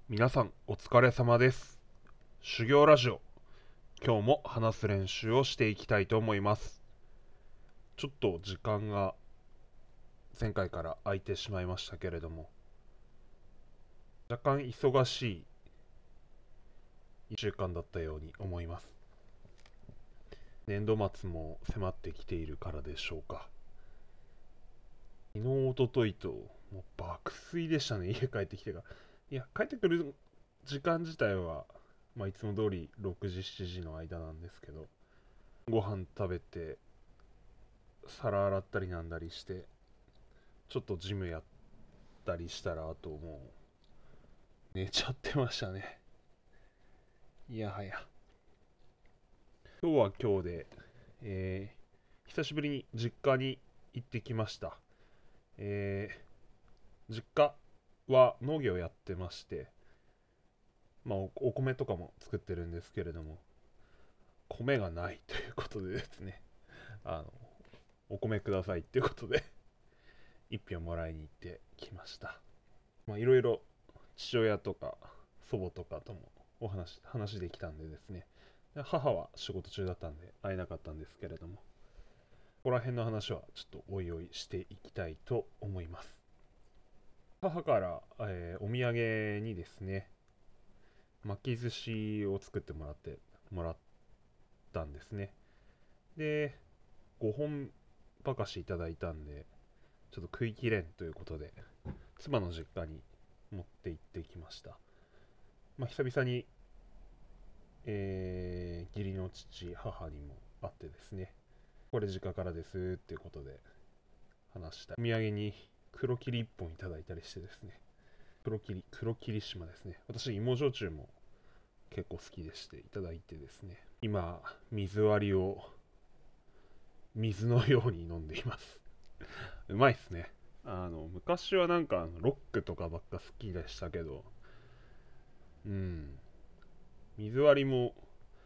皆さんお疲れ様です。修行ラジオ、今日も話す練習をしていきたいと思います。ちょっと時間が前回から空いてしまいましたけれども、若干忙しい1週間だったように思います。年度末も迫ってきているからでしょうか。昨日、おとといともう爆睡でしたね、家帰ってきてから。いや、帰ってくる時間自体は、いつも通り6時、7時の間なんですけど、ご飯食べて、皿洗ったりなんだりして、ちょっとジムやったりしたら、あともう寝ちゃってましたね。いやはや。今日は今日で、久しぶりに実家に行ってきました。実家は農業やってまして、お米とかも作ってるんですけれども、米がないということでですね、あの、お米くださいっていうことで一票もらいに行ってきました。いろいろ父親とか祖母とかとも話できたんでですね、母は仕事中だったんで会えなかったんですけれども、ここら辺の話はちょっとおいおいしていきたいと思います。母から、お土産にですね、巻き寿司を作ってもらったんですね。で、5本ばかしいただいたんで、ちょっと食いきれんということで、妻の実家に持って行ってきました。久々に、義理の父、母にも会ってですね、これ実家からですっていうことで話した。お土産に黒霧1本いただいたりしてですね、黒霧島ですね。私、芋焼酎も結構好きでしていただいてですね、今、水割りを水のように飲んでいます。うまいっすね。昔はなんかロックとかばっか好きでしたけど、うん、水割りも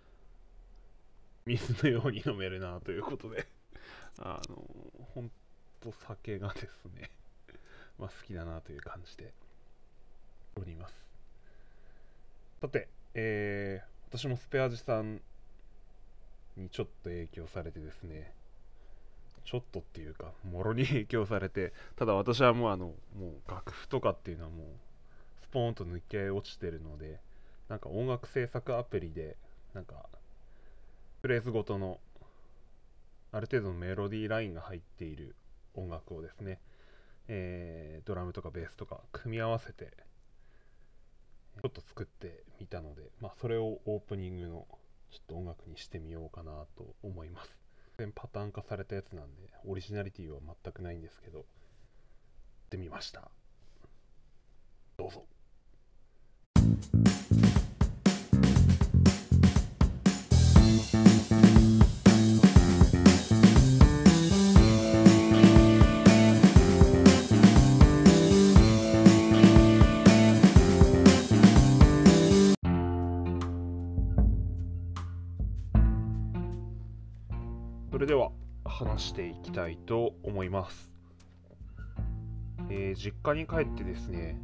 水のように飲めるなということで、ほんと酒がですね、好きだなという感じでおります。さて、私もスペアジさんにちょっと影響されてですね、ちょっとっていうか、もろに影響されて、ただ私はもうもう楽譜とかっていうのはもう、スポーンと抜け落ちてるので、なんか音楽制作アプリで、なんか、フレーズごとのある程度のメロディーラインが入っている音楽をですね、ドラムとかベースとか組み合わせてちょっと作ってみたので、それをオープニングのちょっと音楽にしてみようかなと思います。全パターン化されたやつなんでオリジナリティは全くないんですけど、やってみました。どうぞ。それでは話していきたいと思います。実家に帰ってですね、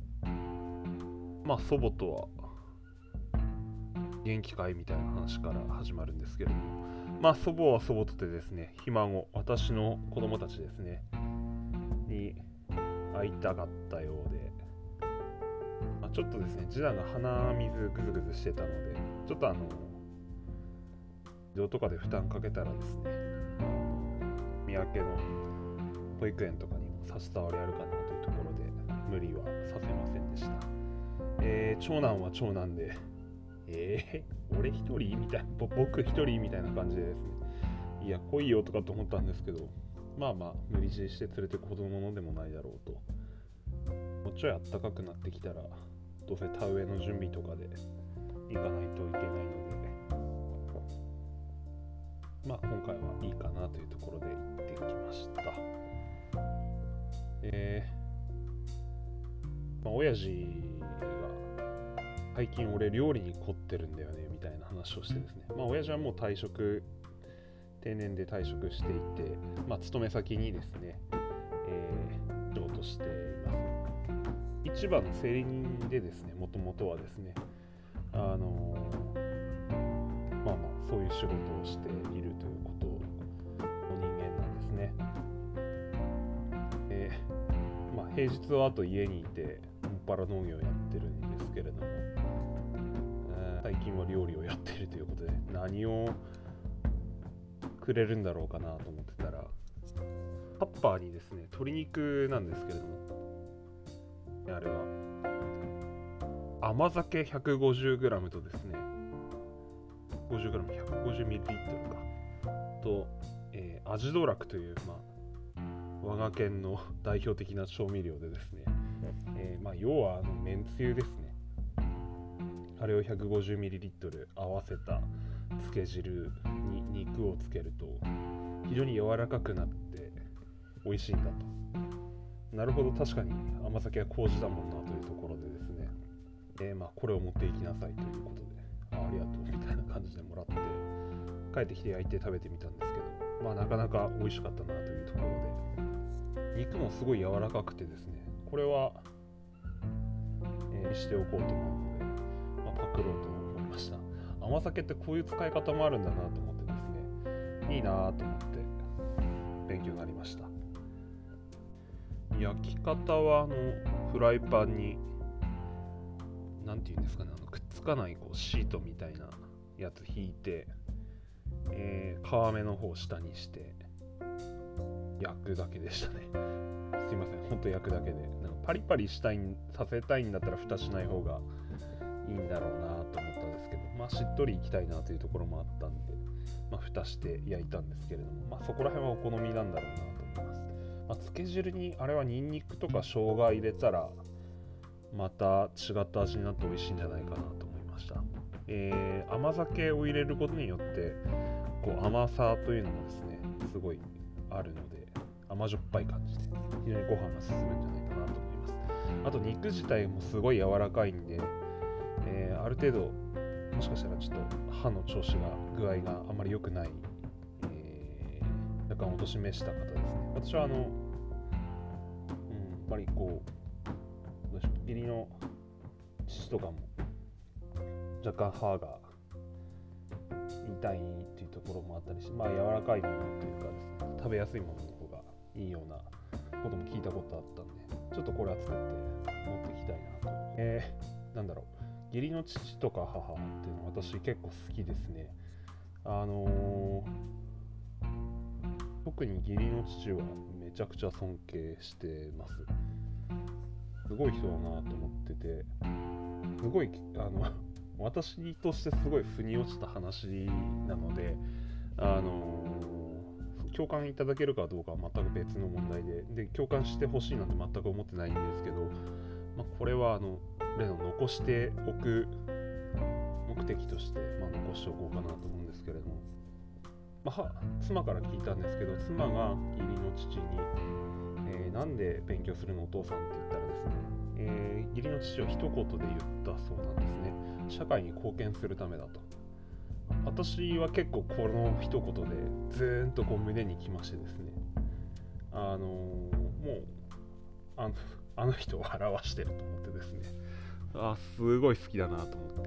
祖母とは元気かいみたいな話から始まるんですけれども、祖母は祖母とてですね、ひ孫、私の子供たちですね、に会いたかったようで、ちょっとですね、次男が鼻水グズグズしてたので、ちょっと移動とかで負担かけたらですね、三宅の保育園とかにも差し障りあるかなというところで、無理はさせませんでした。長男は長男で、俺一人みたいな、僕一人みたいな感じでですね、いや、来いよとかと思ったんですけど、無理強いして連れてくほどのものでもないだろうと。もうちょいあったかくなってきたら、どうせ田植えの準備とかで行かないといけないので、今回はいいかなというところで行ってきました。親父が最近俺料理に凝ってるんだよねみたいな話をしてですね、親父はもう定年で退職していて、勤め先にですね、仕事しています。一市場の競り人でですね、もともとはですね、まあそういう仕事をしているということの人間なんですね。平日はあと家にいてもっぱら農業をやってるんですけれども、最近は料理をやっているということで、何をくれるんだろうかなと思ってたら、タッパーにですね、鶏肉なんですけれども、あれは甘酒 150g とですね、50g150ml かと、味道楽という、我が県の代表的な調味料でですね、要はめんつゆですね。あれを 150ml 合わせたつけ汁に肉をつけると非常に柔らかくなって美味しいんだと。なるほど、確かに甘酒は麹だもんなというところでですね、これを持っていきなさいということで、ありがとうみたいな感じでもらって、帰ってきて焼いて食べてみたんですけど、なかなか美味しかったなというところで、肉もすごい柔らかくてですね、これは、しておこうと思うので、パクろうと思いました。甘酒ってこういう使い方もあるんだなと思ってですね、いいなと思って勉強になりました。焼き方はフライパンになんていうんですかね、くっつかないシートみたいなやつ引いて、皮目の方を下にして焼くだけでしたね。すいません、ほんと焼くだけで、パリパリさせたいんだったら蓋しない方がいいんだろうなと思ったんですけど、しっとりいきたいなというところもあったんで、蓋して焼いたんですけれども、そこら辺はお好みなんだろうなと思います。つけ汁にあれはニンニクとか生姜入れたらまた違った味になって美味しいんじゃないかなと思いました。甘酒を入れることによって甘さというのもですね、すごいあるので、甘じょっぱい感じで非常にご飯が進むんじゃないかなと思います。あと肉自体もすごい柔らかいんで、ある程度もしかしたらちょっと歯の調子が具合があまり良くない、若干お年めした方ですね。私はどうでしょう、義理の父とかも若干歯が痛いっていうところもあったりして、柔らかいものというかですね、食べやすいものの方がいいようなことも聞いたことあったんで、ちょっとこれは作って持っていきたいなと。義理の父とか母っていうのは私結構好きですね。特に義理の父はめちゃくちゃ尊敬してます。すごい人だなと思ってて、すごい私としてすごい腑に落ちた話なので、共感いただけるかどうかは全く別の問題で、共感してほしいなんて全く思ってないんですけど、これは例の残しておく目的として、残しておこうかなと思うんですけれども、妻から聞いたんですけど、妻が義理の父に、なんで勉強するのお父さんって言ったらですね、義理の父は一言で言ったそうなんですね。社会に貢献するためだと。私は結構この一言でずーんと胸にきましてですね、もうあの人を表してると思ってですね、すごい好きだなと思って、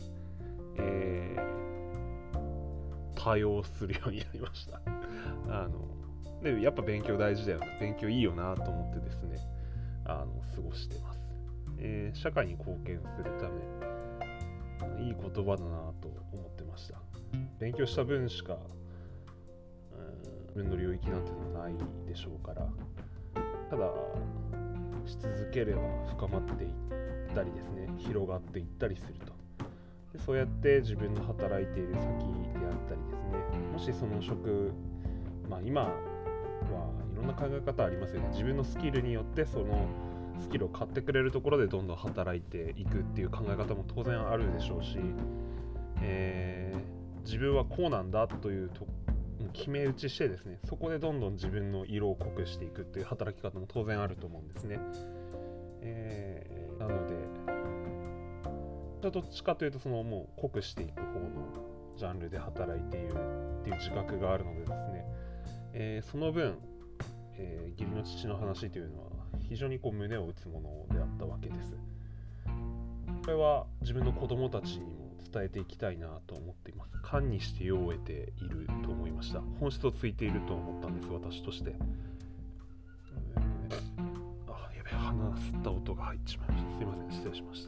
多用するようになりました。でやっぱ勉強大事だよな、勉強いいよなと思ってですね、過ごしてます。社会に貢献するため、いい言葉だなと思ってました。勉強した分しか自分の領域なんてのはないでしょうから、ただし続ければ深まっていったりですね、広がっていったりすると。でそうやって自分の働いている先であったりですね、もしその職、今はいろんな考え方ありますよね。自分のスキルによってそのスキルを買ってくれるところでどんどん働いていくっていう考え方も当然あるでしょうし、自分はこうなんだという決め打ちしてですね、そこでどんどん自分の色を濃くしていくっていう働き方も当然あると思うんですね。なのでどっちかというともう濃くしていく方のジャンルで働いているっていう自覚があるのでですね、その分、義理の父の話というのは非常に胸を打つものであったわわけです。これは自分の子供たちにも伝えていきたいなと思っています。堪にして世を得ていると思いました。本質をついていると思ったんです、私として。やべえ、鼻吸った音が入ってしまいました。すいません、失礼しました。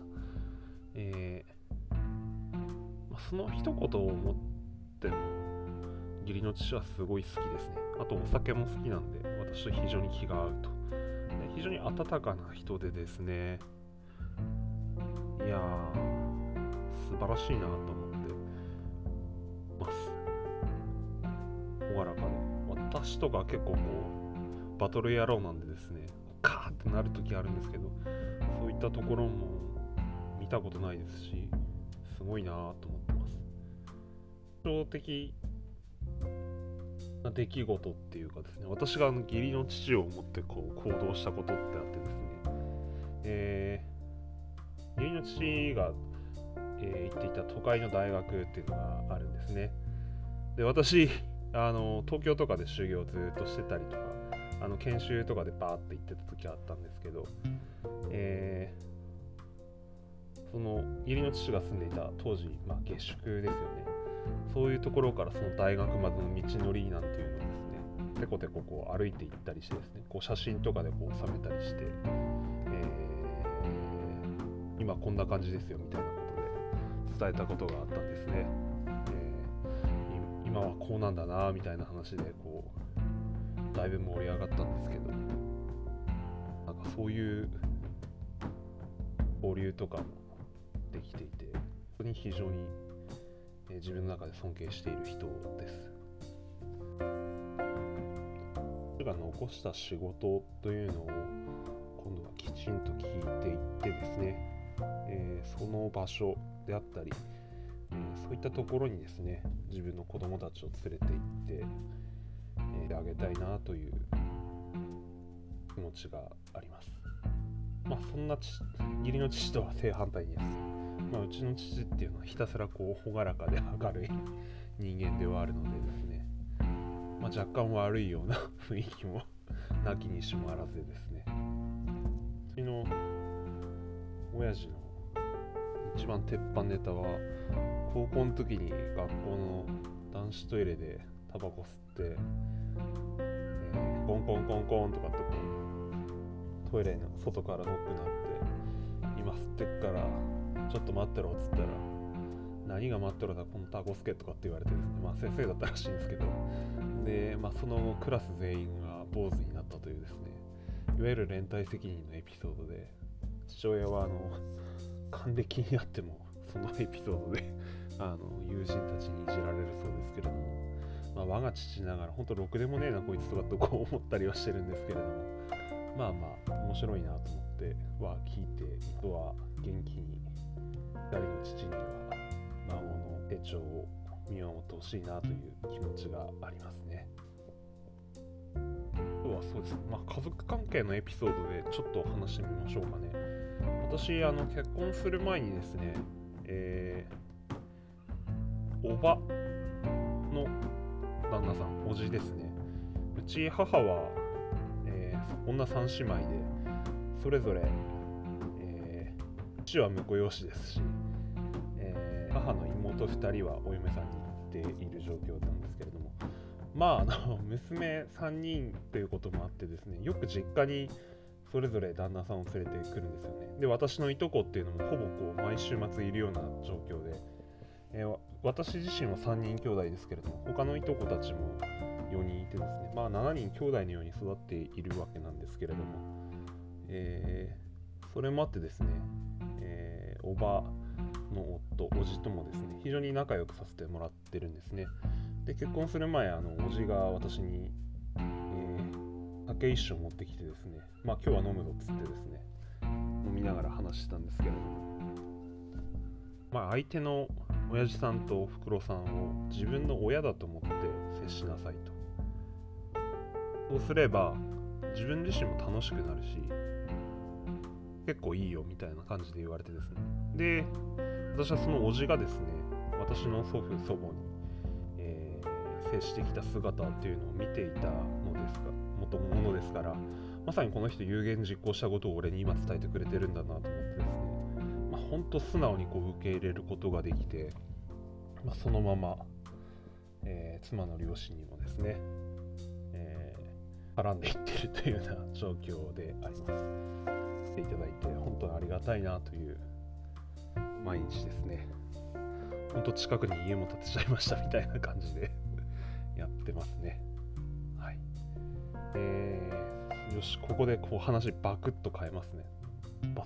その一言を思っても義理の父はすごい好きですね。あとお酒も好きなんで、私と非常に気が合うと。非常に温かな人でですね、いやー、素晴らしいなと思ってます。朗らかで、私とか結構バトル野郎なんでですね、カーってなる時あるんですけど、そういったところも見たことないですし、すごいなと思ってます。象徴的な出来事っていうかですね、私が義理の父を思って行動したことってあってですね、義理の父が、行っていた都会の大学っていうのがあるんですね。で、私東京とかで修行をずっとしてたりとか、研修とかでバーって行ってた時あったんですけど、その義理の父が住んでいた当時、下宿ですよね。そういうところからその大学までの道のりなんていうのをですね、テコテコ歩いていったりしてですね、写真とかで収めたりして、今こんな感じですよみたいなことで伝えたことがあったんですね。今はこうなんだなみたいな話でだいぶ盛り上がったんですけど、なんかそういう交流とかもできていて、本当に非常に自分の中で尊敬している人です。彼が残した仕事というのを今度はきちんと聞いていってですね、その場所であったり、そういったところにですね、自分の子供たちを連れて行って、あげたいなという気持ちがあります。そんな義理の父とは正反対にですね、うちの父っていうのはひたすら朗らかで明るい人間ではあるのでですね、若干悪いような雰囲気もなきにしもあらずでですね、うちの親父の一番鉄板ネタは、高校の時に学校の男子トイレでタバコ吸って、コンコンコンコンとかってトイレの外からノック鳴って、今吸ってっからちょっと待ってろっつったら、何が待ってろだこのタコスケとかって言われてですね、先生だったらしいんですけど、で、その後クラス全員が坊主になったというですね、いわゆる連帯責任のエピソードで、父親は還暦になってもそのエピソードで友人たちにいじられるそうですけれども、我が父ながら本当ろくでもねえなこいつとかと思ったりはしてるんですけれども、面白いなと思って聞いて、あとは元気に2人の父には孫の成長を見守ってほしいなという気持ちがありますね。今日はそうですね、家族関係のエピソードでちょっと話してみましょうかね。私結婚する前にですね、おばの旦那さん、おじですね。うち母は、女3姉妹で、それぞれ、父は婿養子ですし、母の妹2人はお嫁さんに行っている状況なんですけれども、娘3人ということもあってですね、よく実家にそれぞれ旦那さんを連れてくるんですよね。で、私のいとこっていうのもほぼ毎週末いるような状況で、私自身は3人兄弟ですけれども、他のいとこたちも4人いてですね、7人兄弟のように育っているわけなんですけれども、それもあってですね、おばの夫、おじともですね、非常に仲良くさせてもらってるんですね。で、結婚する前、おじが私に、酒一升持ってきてですね、今日は飲むぞっつってですね、飲みながら話してたんですけれども、相手の親父さんとおふくろさんを自分の親だと思って接しなさいと。そうすれば自分自身も楽しくなるし、結構いいよみたいな感じで言われてですね。で、私はそのおじがですね、私の祖父祖母に、接してきた姿っていうのを見ていたのですか、ものですから、 まさにこの人有言実行したことを俺に今伝えてくれてるんだなと思ってですね、本当素直にこう受け入れることができて、そのまま、妻の両親にもですね、絡んでいってるというような状況であります。来ていただいて本当にありがたいなという毎日ですね。本当近くに家も建てちゃいましたみたいな感じでやってますね。はい。よし、ここでこう話バクッと変えますね。バ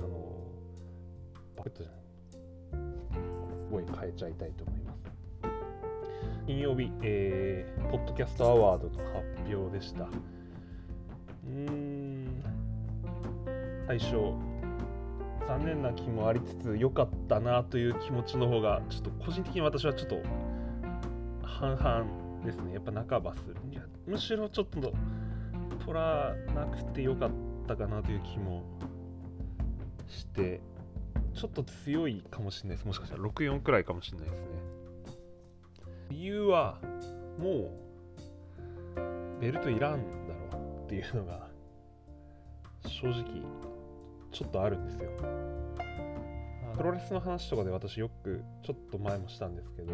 クッとじゃない。すごい変えちゃいたいと思います。金曜日、ポッドキャストアワードの発表でした。最初残念な気もありつつ良かったなという気持ちの方がちょっと個人的に私はちょっと半々ですね。やっぱ半ばする。いや、むしろちょっと取らなくて良かったかなという気もして、ちょっと強いかもしれないです。もしかしたら64くらいかもしれないですね。理由はもうベルトいらんだろうっていうのが正直ちょっとあるんですよ。プロレスの話とかで私よくちょっと前もしたんですけど、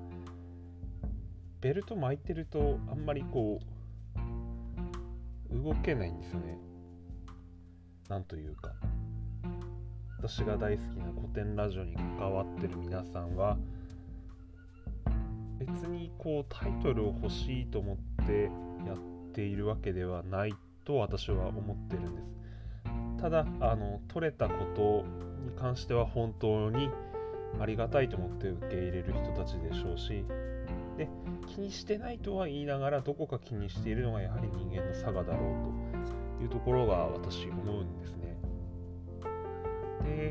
ベルト巻いてるとあんまりこう動けないんですよね。なんというか、私が大好きな古典ラジオに関わってる皆さんは別にこうタイトルを欲しいと思ってやっているわけではないと私は思ってるんです。ただ取れたことに関しては本当にありがたいと思って受け入れる人たちでしょうし、で気にしてないとは言いながらどこか気にしているのがやはり人間の差がだろうというところが私思うんですね。で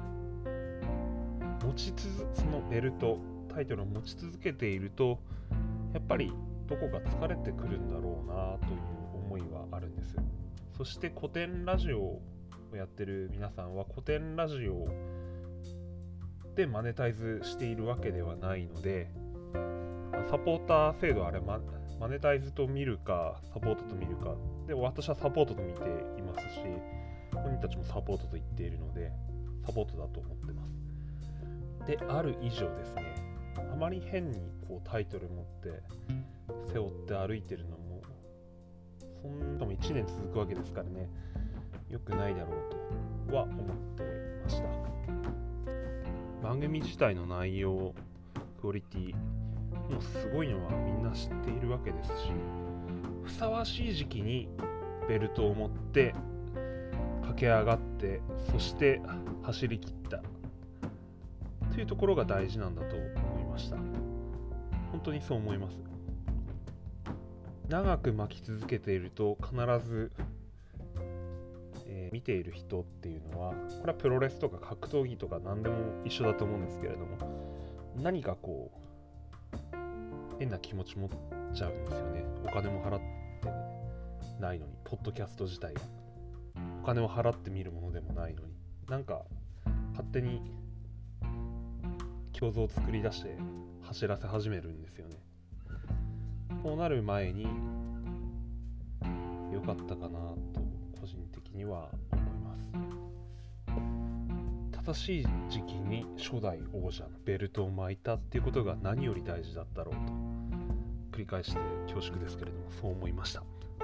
そのベルトタイトルを持ち続けているとやっぱりどこか疲れてくるんだろうなという思いはあるんです。そして古典ラジオをやってる皆さんは古典ラジオでマネタイズしているわけではないので、サポーター制度あれマネタイズと見るかサポートと見るかで、私はサポートと見ていますし、本人たちもサポートと言っているのでサポートだと思ってます。である以上ですね、あまり変にこうタイトル持って背負って歩いてるのもそんなも1年続くわけですからね、良くないだろうとは思ってました。番組自体の内容、クオリティもうすごいのはみんな知っているわけですし、ふさわしい時期にベルトを持って駆け上がって、そして走り切ったというところが大事なんだと思いました。本当にそう思います。長く巻き続けていると必ず、見ている人っていうのは、これはプロレスとか格闘技とか何でも一緒だと思うんですけれども、何かこう変な気持ち持っちゃうんですよね。お金も払ってないのに、ポッドキャスト自体はお金を払って見るものでもないのに、なんか勝手に胸像を作り出して走らせ始めるんですよね。こうなる前に良かったかなと個人的には思います。正しい時期に初代王者のベルトを巻いたっていうことが何より大事だったろうと、繰り返して恐縮ですけれどもそう思いました。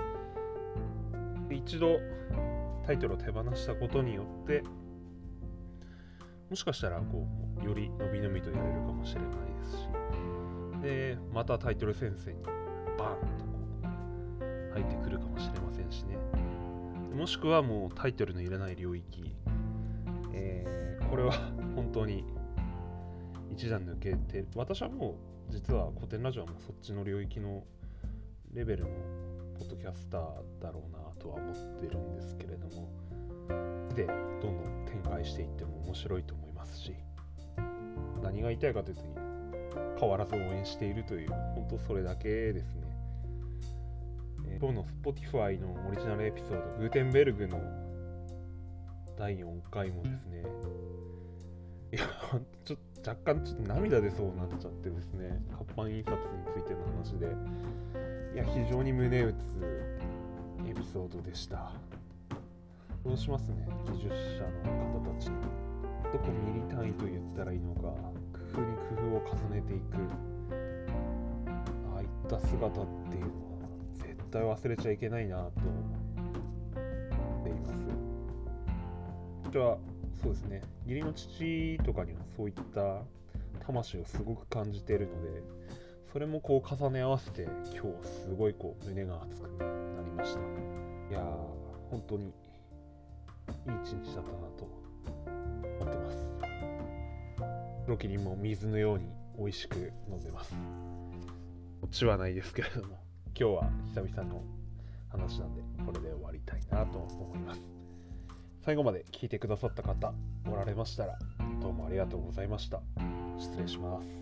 一度タイトルを手放したことによってもしかしたらこうより伸び伸びとやれるかもしれないですし、でまたタイトル戦線にバーンとこう入ってくるかもしれませんしね。もしくはもうタイトルのいらない領域、これは本当に一段抜けて、私はもう実は古典ラジオはもうそっちの領域のレベルのポッドキャスターだろうなとは思ってるんですけれども、でどんどん展開していっても面白いと思いますし、何が言いたいかというと変わらず応援しているという本当それだけですね。今日の Spotify のオリジナルエピソードグーテンベルグの第4回もですね、いやちょっと若干ちょっと涙出そうになっちゃってですね、活版印刷についての話で、いや非常に胸打つエピピソードでした。そうしますね、技術者の方たちにどこミリ単位と言ったらいいのか、工夫に工夫を重ねていく、ああいった姿っていうのは絶対忘れちゃいけないなと思っています。私はそうですね、義理の父とかにはそういった魂をすごく感じているので、それもこう重ね合わせて今日すごいこう胸が熱くなりました。いやー、本当にいい一日だったなと思ってます。ロキリンも水のように美味しく飲んでます。オチはないですけれども、今日は久々の話なんでこれで終わりたいなと思います。最後まで聞いてくださった方おられましたらどうもありがとうございました。失礼します。